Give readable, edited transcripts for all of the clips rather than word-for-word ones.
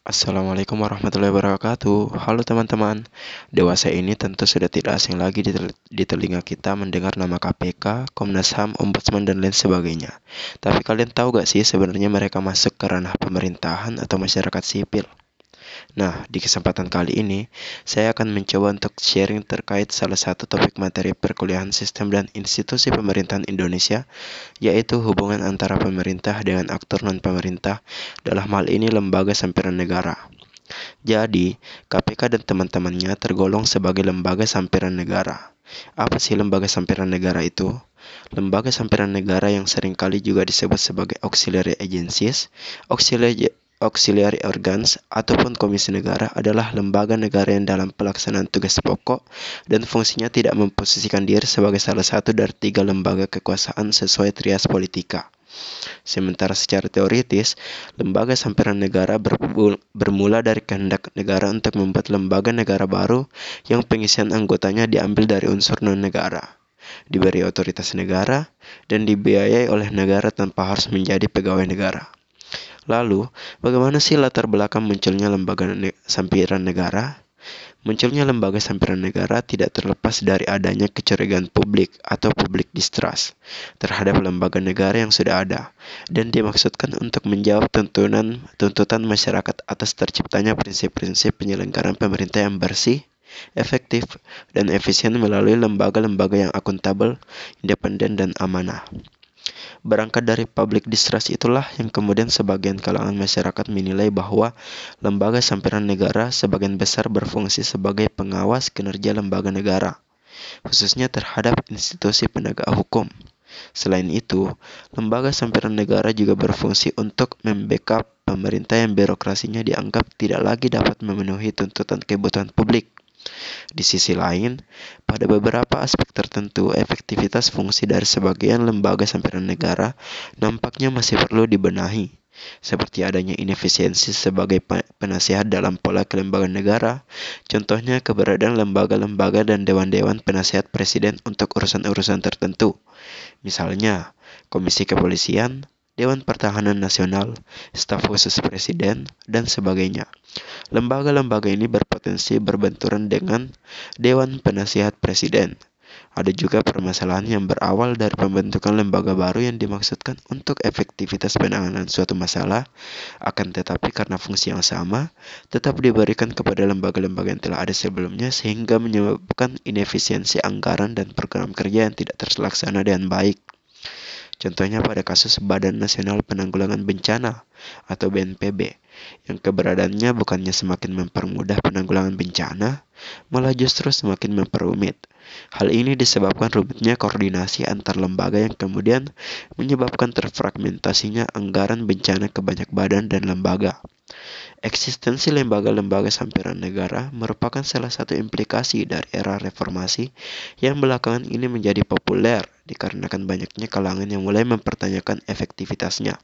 Assalamualaikum warahmatullahi wabarakatuh. Halo teman-teman. Dewasa ini tentu sudah tidak asing lagi di telinga kita mendengar nama KPK, Komnas HAM, Ombudsman, dan lain sebagainya. Tapi kalian tahu gak sih sebenarnya mereka masuk ke ranah pemerintahan atau masyarakat sipil? Nah, di kesempatan kali ini, saya akan mencoba untuk sharing terkait salah satu topik materi perkuliahan sistem dan institusi pemerintahan Indonesia, yaitu hubungan antara pemerintah dengan aktor non-pemerintah, dalam hal ini lembaga sampiran negara. Jadi, KPK dan teman-temannya tergolong sebagai lembaga sampiran negara. Apa sih lembaga sampiran negara itu? Lembaga sampiran negara yang seringkali juga disebut sebagai auxiliary agencies, auxiliary organs, ataupun komisi negara adalah lembaga negara yang dalam pelaksanaan tugas pokok dan fungsinya tidak memposisikan diri sebagai salah satu dari tiga lembaga kekuasaan sesuai trias politika. Sementara secara teoritis, lembaga sampiran negara bermula dari kehendak negara untuk membuat lembaga negara baru yang pengisian anggotanya diambil dari unsur non-negara, diberi otoritas negara, dan dibiayai oleh negara tanpa harus menjadi pegawai negara. Lalu, bagaimana sih latar belakang munculnya lembaga sampiran negara? Munculnya lembaga sampiran negara tidak terlepas dari adanya kecurigaan publik atau public distrust terhadap lembaga negara yang sudah ada, dan dimaksudkan untuk menjawab tuntutan masyarakat atas terciptanya prinsip-prinsip penyelenggaraan pemerintah yang bersih, efektif, dan efisien melalui lembaga-lembaga yang akuntabel, independen, dan amanah. Berangkat dari public distrust itulah yang kemudian sebagian kalangan masyarakat menilai bahwa lembaga sampiran negara sebagian besar berfungsi sebagai pengawas kinerja lembaga negara, khususnya terhadap institusi penegak hukum. Selain itu, lembaga sampiran negara juga berfungsi untuk membackup pemerintah yang birokrasinya dianggap tidak lagi dapat memenuhi tuntutan kebutuhan publik. Di sisi lain, pada beberapa aspek tertentu, efektivitas fungsi dari sebagian lembaga sampiran negara nampaknya masih perlu dibenahi, seperti adanya inefisiensi sebagai penasihat dalam pola kelembagaan negara, contohnya keberadaan lembaga-lembaga dan dewan-dewan penasihat presiden untuk urusan-urusan tertentu, misalnya Komisi Kepolisian, Dewan Pertahanan Nasional, Staf Khusus Presiden, dan sebagainya. Lembaga-lembaga ini berpotensi berbenturan dengan Dewan Penasihat Presiden. Ada juga permasalahan yang berawal dari pembentukan lembaga baru yang dimaksudkan untuk efektivitas penanganan suatu masalah, akan tetapi karena fungsi yang sama, tetap diberikan kepada lembaga-lembaga yang telah ada sebelumnya sehingga menyebabkan inefisiensi anggaran dan program kerja yang tidak terlaksana dengan baik. Contohnya pada kasus Badan Nasional Penanggulangan Bencana atau BNPB, yang keberadaannya bukannya semakin mempermudah penanggulangan bencana, malah justru semakin memperumit. Hal ini disebabkan rumitnya koordinasi antar lembaga yang kemudian menyebabkan terfragmentasinya anggaran bencana ke banyak badan dan lembaga. Eksistensi lembaga-lembaga sampiran negara merupakan salah satu implikasi dari era reformasi yang belakangan ini menjadi populer dikarenakan banyaknya kalangan yang mulai mempertanyakan efektivitasnya.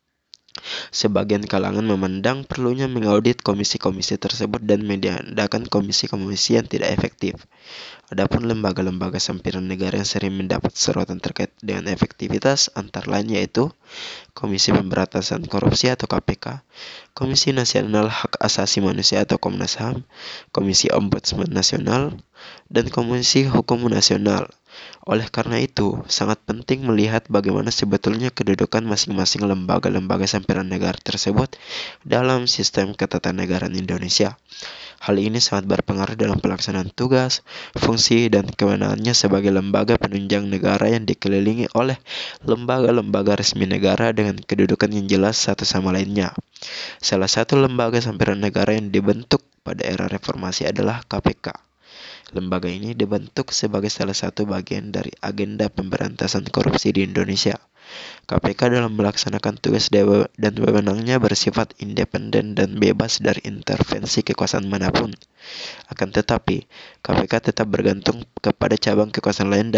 Sebagian kalangan memandang perlunya mengaudit komisi-komisi tersebut dan meniadakan komisi-komisi yang tidak efektif. Adapun lembaga-lembaga sampiran negara yang sering mendapat sorotan terkait dengan efektivitas antara lain yaitu Komisi Pemberantasan Korupsi atau KPK, Komisi Nasional Hak Asasi Manusia atau Komnas HAM, Komisi Ombudsman Nasional, dan Komisi Hukum Nasional. Oleh karena itu, sangat penting melihat bagaimana sebetulnya kedudukan masing-masing lembaga-lembaga sampiran negara tersebut dalam sistem ketatanegaraan Indonesia. Hal ini sangat berpengaruh dalam pelaksanaan tugas, fungsi, dan kewenangannya sebagai lembaga penunjang negara yang dikelilingi oleh lembaga-lembaga resmi negara dengan kedudukan yang jelas satu sama lainnya. Salah satu lembaga sampiran negara yang dibentuk pada era reformasi adalah KPK. Lembaga ini dibentuk sebagai salah satu bagian dari agenda pemberantasan korupsi di Indonesia. KPK dalam melaksanakan tugas dan wewenangnya bersifat independen dan bebas dari intervensi kekuasaan manapun. Akan tetapi, KPK tetap bergantung kepada cabang kekuasaan lain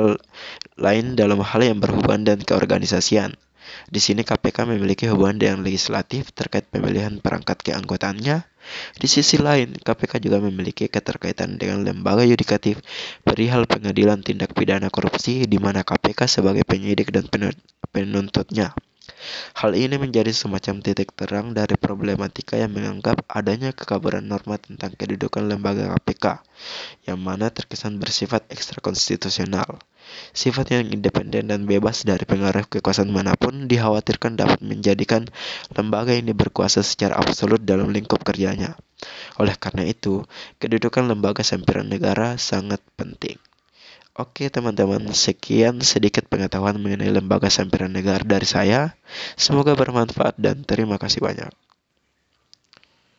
dalam hal yang berhubungan dengan keorganisasian. Di sini KPK memiliki hubungan dengan legislatif terkait pemilihan perangkat keanggotaannya. Di sisi lain, KPK juga memiliki keterkaitan dengan lembaga yudikatif perihal pengadilan tindak pidana korupsi di mana KPK sebagai penyidik dan penuntutnya. Hal ini menjadi semacam titik terang dari problematika yang menganggap adanya kekabaran norma tentang kedudukan lembaga KPK, yang mana terkesan bersifat ekstrakonstitusional. Sifat yang independen dan bebas dari pengaruh kekuasaan manapun dikhawatirkan dapat menjadikan lembaga ini berkuasa secara absolut dalam lingkup kerjanya. Oleh karena itu, kedudukan lembaga sampiran negara sangat penting. Oke teman-teman, sekian sedikit pengetahuan mengenai lembaga sampiran negara dari saya. Semoga bermanfaat dan terima kasih banyak.